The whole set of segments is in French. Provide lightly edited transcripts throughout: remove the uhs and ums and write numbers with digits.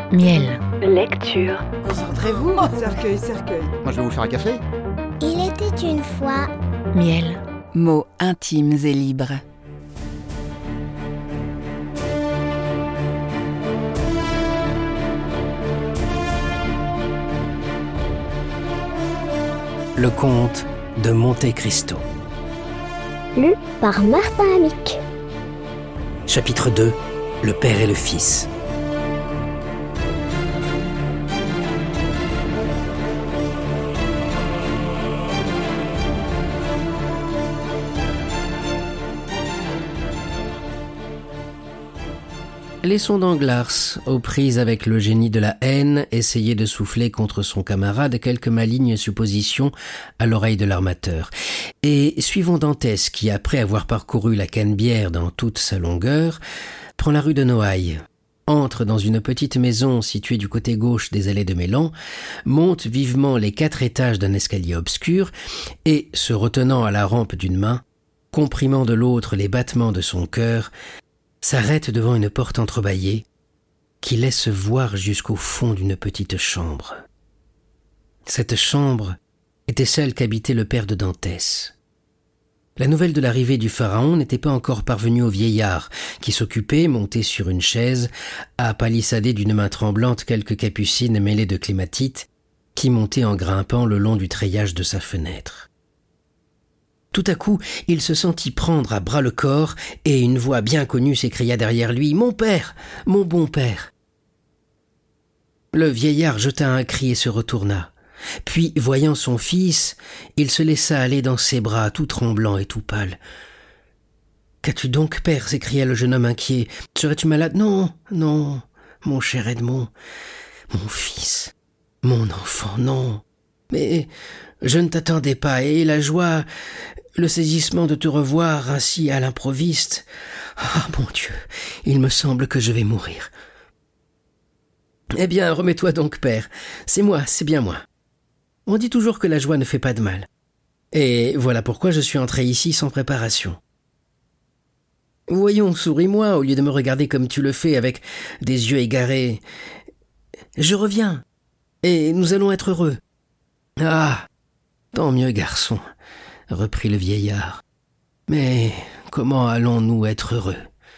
Miel. Lecture. Concentrez-vous, cercueil. Moi, je vais vous faire un café. Il était une fois. Miel. Mots intimes et libres. Le comte de Monte Cristo. Lu par Martin Amick. Chapitre 2. Le père et le fils. Les sons d'Anglars, aux prises avec le génie de la haine, essayaient de souffler contre son camarade quelques malignes suppositions à l'oreille de l'armateur. Et suivons Dantès qui, après avoir parcouru la Canebière dans toute sa longueur, prend la rue de Noailles, entre dans une petite maison située du côté gauche des allées de Mélan, monte vivement les 4 étages d'un escalier obscur et, se retenant à la rampe d'une main, comprimant de l'autre les battements de son cœur, s'arrête devant une porte entrebâillée qui laisse voir jusqu'au fond d'une petite chambre. Cette chambre était celle qu'habitait le père de Dantès. La nouvelle de l'arrivée du pharaon n'était pas encore parvenue au vieillard qui s'occupait, monté sur une chaise, à palissader d'une main tremblante quelques capucines mêlées de clématite qui montaient en grimpant le long du treillage de sa fenêtre. Tout à coup, il se sentit prendre à bras le corps et une voix bien connue s'écria derrière lui « Mon père, mon bon père !» Le vieillard jeta un cri et se retourna. Puis, voyant son fils, il se laissa aller dans ses bras, tout tremblant et tout pâle. « Qu'as-tu donc, père ?» s'écria le jeune homme inquiet. « Serais-tu malade ?»« Non, non, mon cher Edmond, mon fils, mon enfant, non. Mais je ne t'attendais pas et la joie... Le saisissement de te revoir ainsi à l'improviste. Ah, mon Dieu, il me semble que je vais mourir. Eh bien, remets-toi donc, père. C'est moi, c'est bien moi. On dit toujours que la joie ne fait pas de mal. Et voilà pourquoi je suis entré ici sans préparation. Voyons, souris-moi au lieu de me regarder comme tu le fais avec des yeux égarés. Je reviens, et nous allons être heureux. Ah, tant mieux, garçon. Reprit le vieillard. Mais comment allons-nous être heureux ?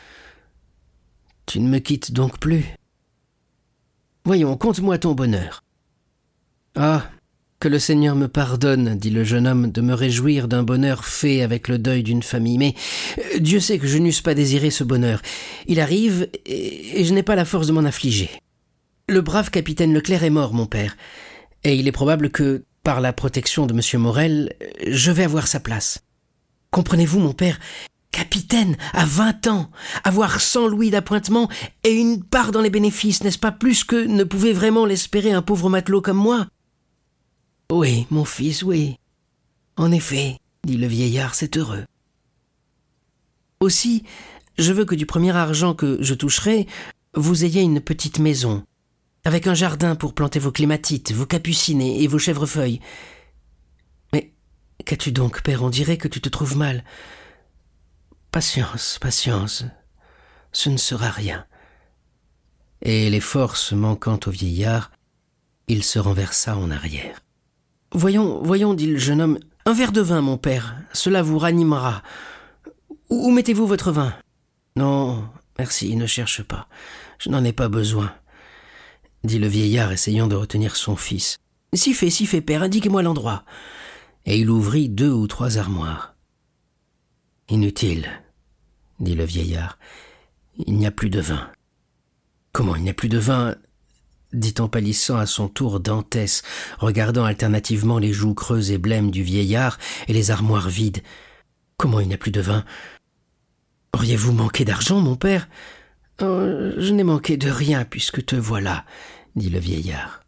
Tu ne me quittes donc plus ? Voyons, conte-moi ton bonheur. Ah, que le Seigneur me pardonne, dit le jeune homme, de me réjouir d'un bonheur fait avec le deuil d'une famille. Mais Dieu sait que je n'eusse pas désiré ce bonheur. Il arrive et je n'ai pas la force de m'en affliger. Le brave capitaine Leclerc est mort, mon père, et il est probable que, par la protection de M. Morel, je vais avoir sa place. Comprenez-vous, mon père, capitaine, à 20 ans, avoir 100 louis d'appointement et une part dans les bénéfices, n'est-ce pas plus que ne pouvait vraiment l'espérer un pauvre matelot comme moi ? Oui, mon fils, oui. En effet, dit le vieillard, c'est heureux. Aussi, je veux que du premier argent que je toucherai, vous ayez une petite maison, avec un jardin pour planter vos clématites, vos capucines et vos chèvrefeuilles. Mais qu'as-tu donc, père ? On dirait que tu te trouves mal. Patience, patience, ce ne sera rien. Et les forces manquant au vieillard, il se renversa en arrière. Voyons, dit le jeune homme, un verre de vin, mon père, cela vous ranimera. Où mettez-vous votre vin ? Non, merci, ne cherche pas, je n'en ai pas besoin. Dit le vieillard, essayant de retenir son fils. « Si fait, père, indiquez-moi l'endroit. » Et il ouvrit 2 ou 3 armoires. « Inutile, dit le vieillard, il n'y a plus de vin. »« Comment, il n'y a plus de vin ?» dit en pâlissant à son tour Dantès, regardant alternativement les joues creuses et blêmes du vieillard et les armoires vides. « Comment il n'y a plus de vin ? Auriez-vous manqué d'argent, mon père ? » « Je n'ai manqué de rien puisque te voilà, » dit le vieillard.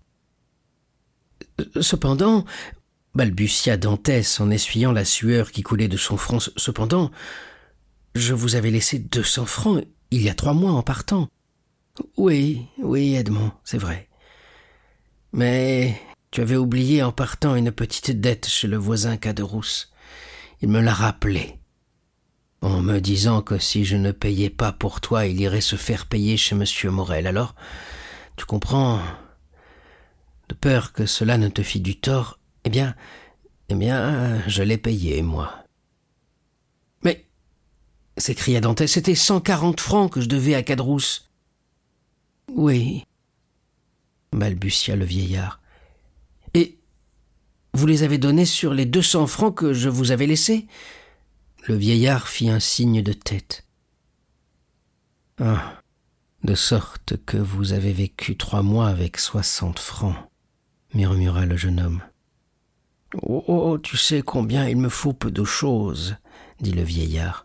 « Cependant, » balbutia Dantès en essuyant la sueur qui coulait de son front, « cependant, je vous avais laissé 200 francs il y a 3 mois en partant. »« Oui, Edmond, c'est vrai. Mais tu avais oublié en partant une petite dette chez le voisin Caderousse. Il me l'a rappelé. En me disant que si je ne payais pas pour toi, il irait se faire payer chez M. Morel. Alors, Tu comprends? De peur que cela ne te fît du tort, eh bien, je l'ai payé, moi. » « Mais, s'écria Dantès, c'était 140 francs que je devais à Caderousse. »« Oui, balbutia le vieillard. Et vous les avez donnés sur les 200 francs que je vous avais laissés ?» Le vieillard fit un signe de tête. « Ah, de sorte que vous avez vécu 3 mois avec 60 francs, murmura le jeune homme. « Oh, tu sais combien il me faut peu de choses, dit le vieillard.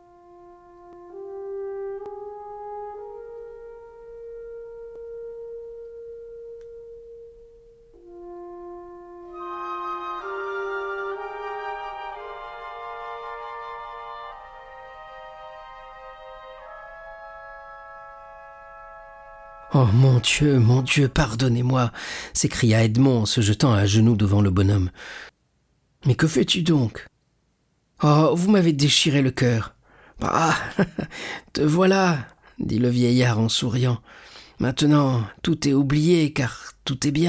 « Oh, mon Dieu, pardonnez-moi » s'écria Edmond en se jetant à genoux devant le bonhomme. « Mais que fais-tu donc ?»« Oh, vous m'avez déchiré le cœur. »« Ah, te voilà » dit le vieillard en souriant. « Maintenant, tout est oublié, car tout est bien. »«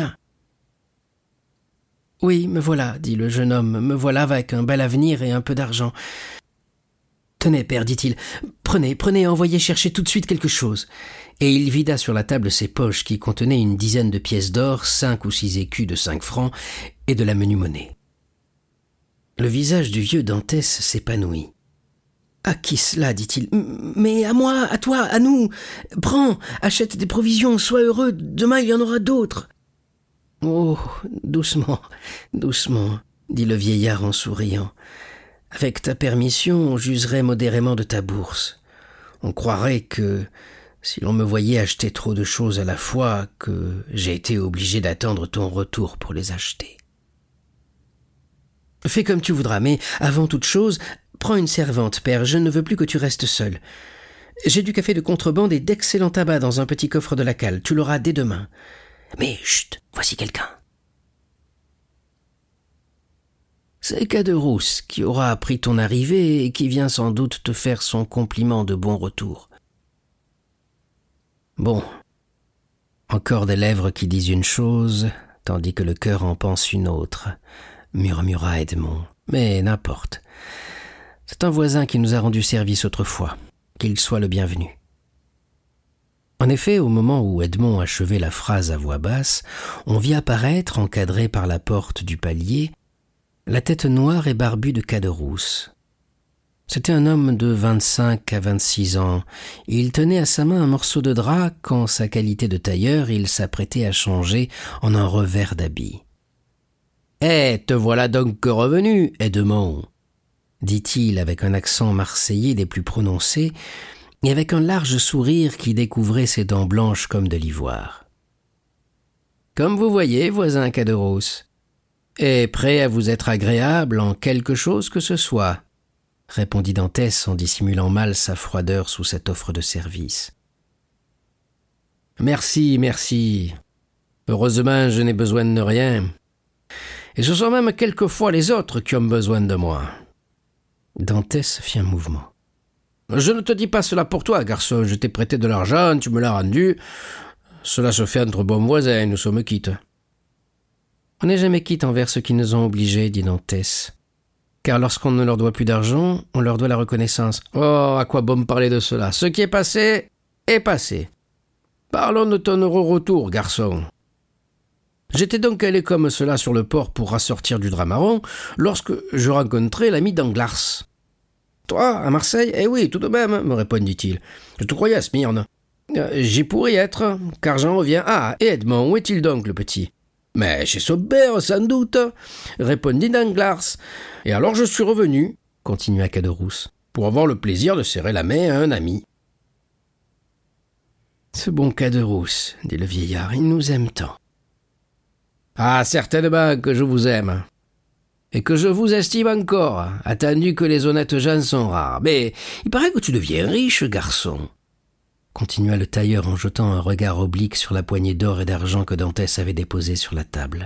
Oui, me voilà, » dit le jeune homme, « me voilà avec un bel avenir et un peu d'argent. »« Tenez, père, dit-il, prenez, envoyez chercher tout de suite quelque chose. » Et il vida sur la table ses poches qui contenaient une dizaine de pièces d'or, 5 ou 6 écus de 5 francs et de la menue monnaie. Le visage du vieux Dantès s'épanouit. « À qui cela ?» dit-il. « Mais à moi, à toi, à nous. Prends, achète des provisions, sois heureux, demain il y en aura d'autres. »« Oh, doucement, dit le vieillard en souriant. « Avec ta permission, on jugerait modérément de ta bourse. On croirait que, si l'on me voyait acheter trop de choses à la fois, que j'ai été obligé d'attendre ton retour pour les acheter. Fais comme tu voudras, mais avant toute chose, prends une servante, père, je ne veux plus que tu restes seul. J'ai du café de contrebande et d'excellent tabac dans un petit coffre de la cale, tu l'auras dès demain. Mais chut, voici quelqu'un. » C'est Caderousse qui aura appris ton arrivée et qui vient sans doute te faire son compliment de bon retour. Bon, encore des lèvres qui disent une chose, tandis que le cœur en pense une autre, murmura Edmond. Mais n'importe. C'est un voisin qui nous a rendu service autrefois. Qu'il soit le bienvenu. En effet, au moment où Edmond achevait la phrase à voix basse, on vit apparaître, encadré par la porte du palier, la tête noire et barbue de Caderousse. C'était un homme de 25 à 26 ans. Il tenait à sa main un morceau de drap qu'en sa qualité de tailleur, il s'apprêtait à changer en un revers d'habit. « Te voilà donc revenu, Edmond » dit-il avec un accent marseillais des plus prononcés et avec un large sourire qui découvrait ses dents blanches comme de l'ivoire. « Comme vous voyez, voisin Caderousse, et prêt à vous être agréable en quelque chose que ce soit, » répondit Dantès en dissimulant mal sa froideur sous cette offre de service. « Merci. Heureusement, je n'ai besoin de rien. Et ce sont même quelquefois les autres qui ont besoin de moi. » Dantès fit un mouvement. « Je ne te dis pas cela pour toi, garçon. Je t'ai prêté de l'argent, tu me l'as rendu. Cela se fait entre bons voisins, nous sommes quittes. » « On n'est jamais quitte envers ceux qui nous ont obligés, dit Dantès. Car lorsqu'on ne leur doit plus d'argent, on leur doit la reconnaissance. Oh, à quoi bon me parler de cela? Ce qui est passé, est passé. Parlons de ton heureux retour, garçon. J'étais donc allé comme cela sur le port pour rassortir du drap marron, lorsque je rencontrai l'ami Danglars. « Toi, à Marseille? Eh oui, tout de même, me répondit-il. Je te croyais à Smyrne. J'y pourrais être, car j'en reviens. Ah, et Edmond, où est-il donc, le petit? Mais chez son père, sans doute, répondit Danglars. Et alors je suis revenu, continua Caderousse, pour avoir le plaisir de serrer la main à un ami. Ce bon Caderousse, dit le vieillard, il nous aime tant. Ah, certainement que je vous aime. Et que je vous estime encore, attendu que les honnêtes gens sont rares. Mais il paraît que tu deviens riche, garçon. Continua le tailleur en jetant un regard oblique sur la poignée d'or et d'argent que Dantès avait déposée sur la table.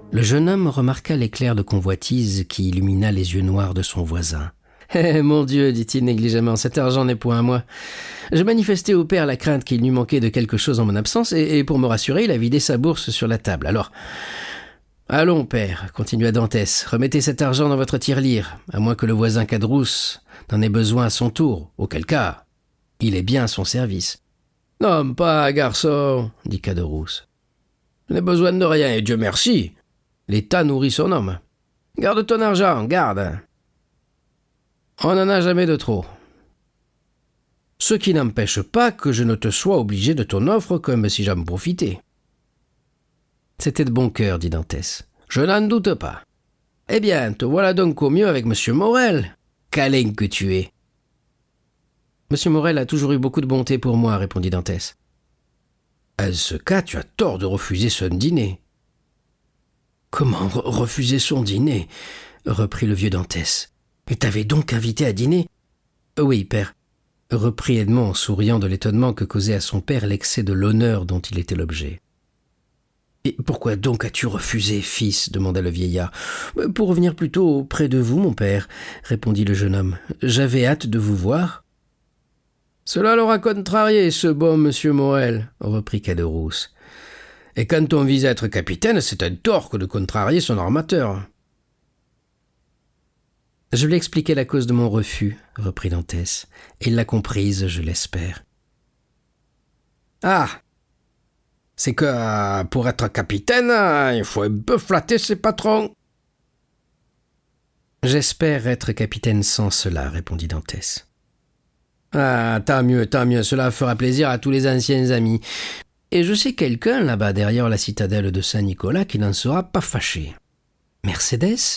Le jeune homme remarqua l'éclair de convoitise qui illumina les yeux noirs de son voisin. « Eh, mon Dieu, dit-il négligemment, cet argent n'est point à moi. Je manifestais au père la crainte qu'il n'eût manqué de quelque chose en mon absence, et pour me rassurer, il a vidé sa bourse sur la table. Alors, allons, père, continua Dantès, remettez cet argent dans votre tirelire, à moins que le voisin Caderousse n'en ait besoin à son tour, auquel cas, il est bien à son service. »« Non, pas, garçon, dit Caderousse. Je n'ai besoin de rien, et Dieu merci. L'État nourrit son homme. Garde ton argent, garde. On n'en a jamais de trop. Ce qui n'empêche pas que je ne te sois obligé de ton offre comme si j'en profitais. » C'était de bon cœur, dit Dantès. Je n'en doute pas. Eh bien, te voilà donc au mieux avec M. Morel. Câlin que tu es. M. Morel a toujours eu beaucoup de bonté pour moi, répondit Dantès. En ce cas, tu as tort de refuser son dîner. Comment refuser son dîner ? Reprit le vieux Dantès. Il t'avait donc invité à dîner ? Oui, père, reprit Edmond en souriant de l'étonnement que causait à son père l'excès de l'honneur dont il était l'objet. Et pourquoi donc as-tu refusé, fils ? Demanda le vieillard. Pour revenir plutôt près de vous, mon père, répondit le jeune homme. J'avais hâte de vous voir. Cela l'aura contrarié, ce bon monsieur Morel, reprit Caderousse. Et quand on vise à être capitaine, c'est un tort que de contrarier son armateur. Je lui expliquai la cause de mon refus, reprit Dantès. Il l'a comprise, je l'espère. Ah ! C'est que, pour être capitaine, il faut un peu flatter ses patrons. J'espère être capitaine sans cela, répondit Dantès. Ah, tant mieux, cela fera plaisir à tous les anciens amis. Et je sais quelqu'un, là-bas, derrière la citadelle de Saint-Nicolas, qui n'en sera pas fâché. Mercédès ?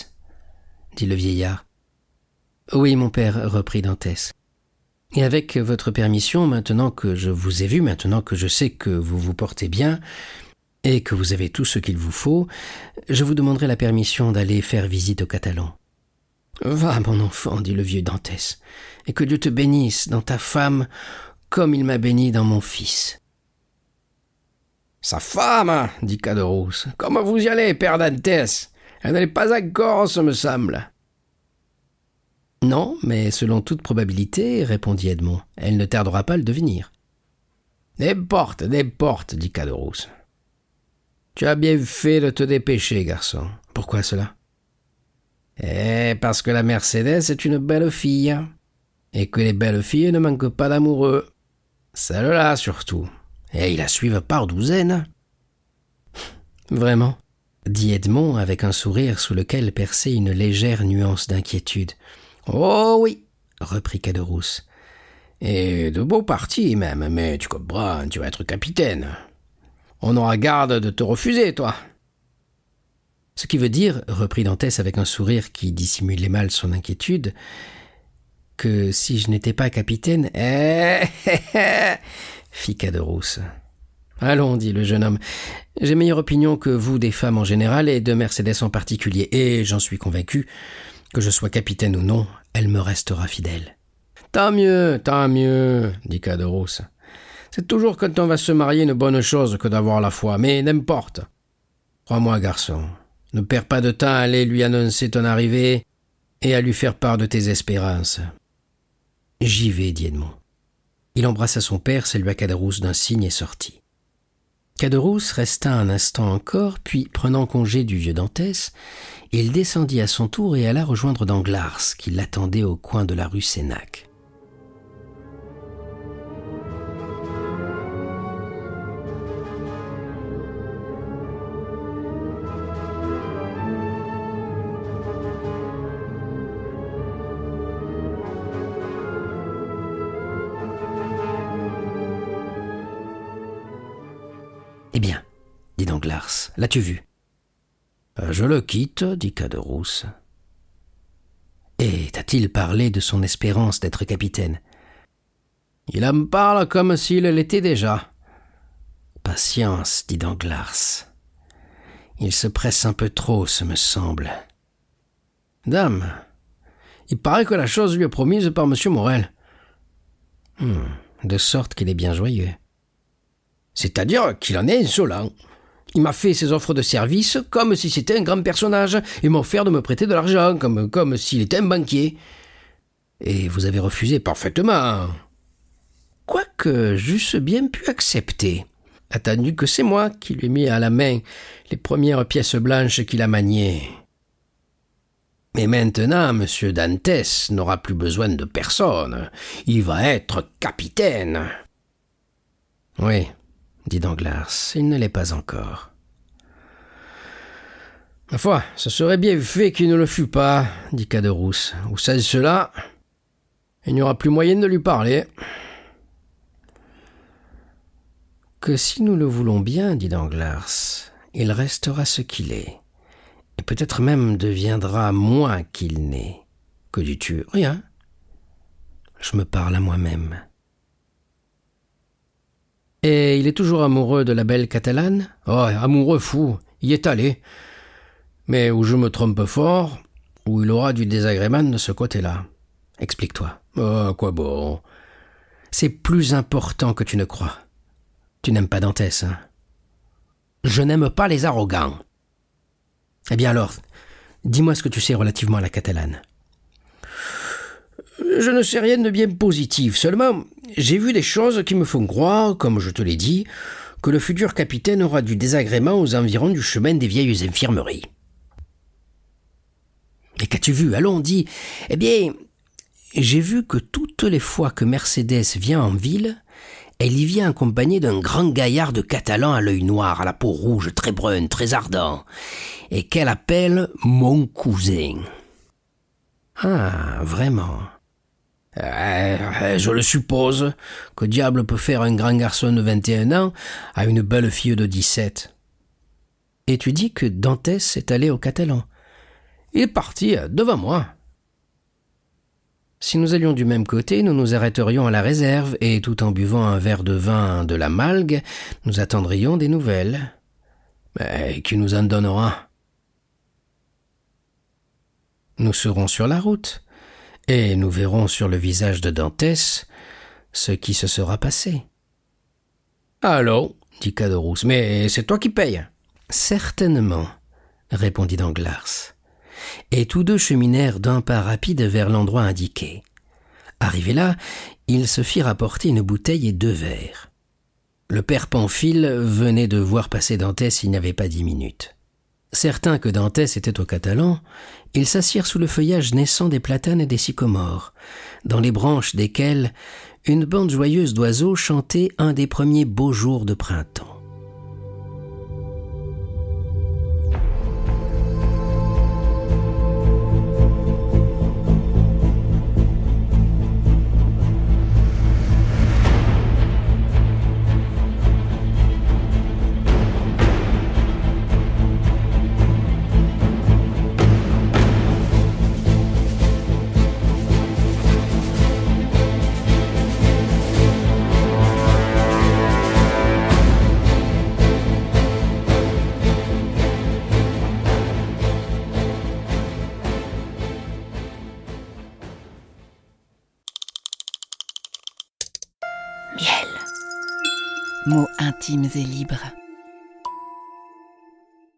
Dit le vieillard. Oui, mon père, reprit Dantès. Et avec votre permission, maintenant que je vous ai vu, maintenant que je sais que vous vous portez bien et que vous avez tout ce qu'il vous faut, je vous demanderai la permission d'aller faire visite aux Catalans. Va, mon enfant, dit le vieux Dantès, et que Dieu te bénisse dans ta femme comme il m'a béni dans mon fils. Sa femme, dit Caderousse. Comment vous y allez, père Dantès ? Elle n'est pas encore, ce me semble. Non, mais selon toute probabilité, répondit Edmond, elle ne tardera pas à le devenir. N'importe, dit Caderousse. Tu as bien fait de te dépêcher, garçon. Pourquoi cela ? Parce que la Mercédès est une belle fille, et que les belles filles ne manquent pas d'amoureux. Celle-là, surtout. Et ils la suivent par douzaines. Vraiment, dit Edmond avec un sourire sous lequel perçait une légère nuance d'inquiétude. Oh oui, reprit Caderousse. Et de beaux partis même, mais tu comprends, tu vas être capitaine. On aura garde de te refuser, toi. Ce qui veut dire, reprit Dantès avec un sourire qui dissimulait mal son inquiétude, que si je n'étais pas capitaine... fit Caderousse. Allons, dit le jeune homme, j'ai meilleure opinion que vous des femmes en général et de Mercédès en particulier, et j'en suis convaincu, que je sois capitaine ou non, elle me restera fidèle. Tant mieux, dit Caderousse. C'est toujours quand on va se marier une bonne chose que d'avoir la foi, mais n'importe. Crois-moi, garçon, ne perds pas de temps à aller lui annoncer ton arrivée et à lui faire part de tes espérances. J'y vais, dit Edmond. Il embrassa son père, salua Caderousse d'un signe et sortit. Caderousse resta un instant encore, puis, prenant congé du vieux Dantès, il descendit à son tour et alla rejoindre Danglars, qui l'attendait au coin de la rue Sénac. Eh bien, dit Danglars, l'as-tu vu ? Je le quitte, dit Caderousse. Et t'a-t-il parlé de son espérance d'être capitaine ? Il en parle comme s'il l'était déjà. Patience, dit Danglars. Il se presse un peu trop, ce me semble. Dame, il paraît que la chose lui est promise par M. Morel. De sorte qu'il est bien joyeux. C'est-à-dire qu'il en est insolent. Il m'a fait ses offres de service comme si c'était un grand personnage. Il m'a offert de me prêter de l'argent, comme s'il était un banquier. Et vous avez refusé parfaitement. Quoique j'eusse bien pu accepter, attendu que c'est moi qui lui ai mis à la main les premières pièces blanches qu'il a maniées. Mais maintenant, M. Dantès n'aura plus besoin de personne. Il va être capitaine. Oui, dit Danglars, il ne l'est pas encore. Ma foi, ce serait bien fait qu'il ne le fût pas, dit Caderousse. Ou sans cela, il n'y aura plus moyen de lui parler. Que si nous le voulons bien, dit Danglars, il restera ce qu'il est, et peut-être même deviendra moins qu'il n'est. Que dis-tu? Rien. Je me parle à moi-même. Et il est toujours amoureux de la belle Catalane? Oh, amoureux fou, y est allé. Mais où je me trompe fort, où il aura du désagrément de ce côté-là. Explique-toi. Oh, quoi bon? C'est plus important que tu ne crois. Tu n'aimes pas Dantès, hein? Je n'aime pas les arrogants. Eh bien alors, dis-moi ce que tu sais relativement à la Catalane. Je ne sais rien de bien positif, seulement j'ai vu des choses qui me font croire, comme je te l'ai dit, que le futur capitaine aura du désagrément aux environs du chemin des vieilles infirmeries. Et qu'as-tu vu? Allons, dis. Eh bien, j'ai vu que toutes les fois que Mercédès vient en ville, elle y vient accompagnée d'un grand gaillard de Catalan à l'œil noir, à la peau rouge, très brune, très ardent, et qu'elle appelle « mon cousin ». Ah, vraiment? Je le suppose. Que diable peut faire un grand garçon de 21 ans à une belle fille de 17? Et tu dis que Dantès est allé au Catalan? Il est parti devant moi. Si nous allions du même côté, nous nous arrêterions à la réserve et, tout en buvant un verre de vin de la Malgue, nous attendrions des nouvelles. Mais qui nous en donnera? Nous serons sur la route, et nous verrons sur le visage de Dantès ce qui se sera passé. « Allons, dit Caderousse, mais c'est toi qui payes. »« Certainement, répondit Danglars. Et tous deux cheminèrent d'un pas rapide vers l'endroit indiqué. Arrivés là, ils se firent apporter une bouteille et 2 verres. Le père Pamphile venait de voir passer Dantès il n'y avait pas 10 minutes. Certains que Dantès était au Catalan, ils s'assirent sous le feuillage naissant des platanes et des sycomores, dans les branches desquels une bande joyeuse d'oiseaux chantait un des premiers beaux jours de printemps. Miel. Mots intimes et libres.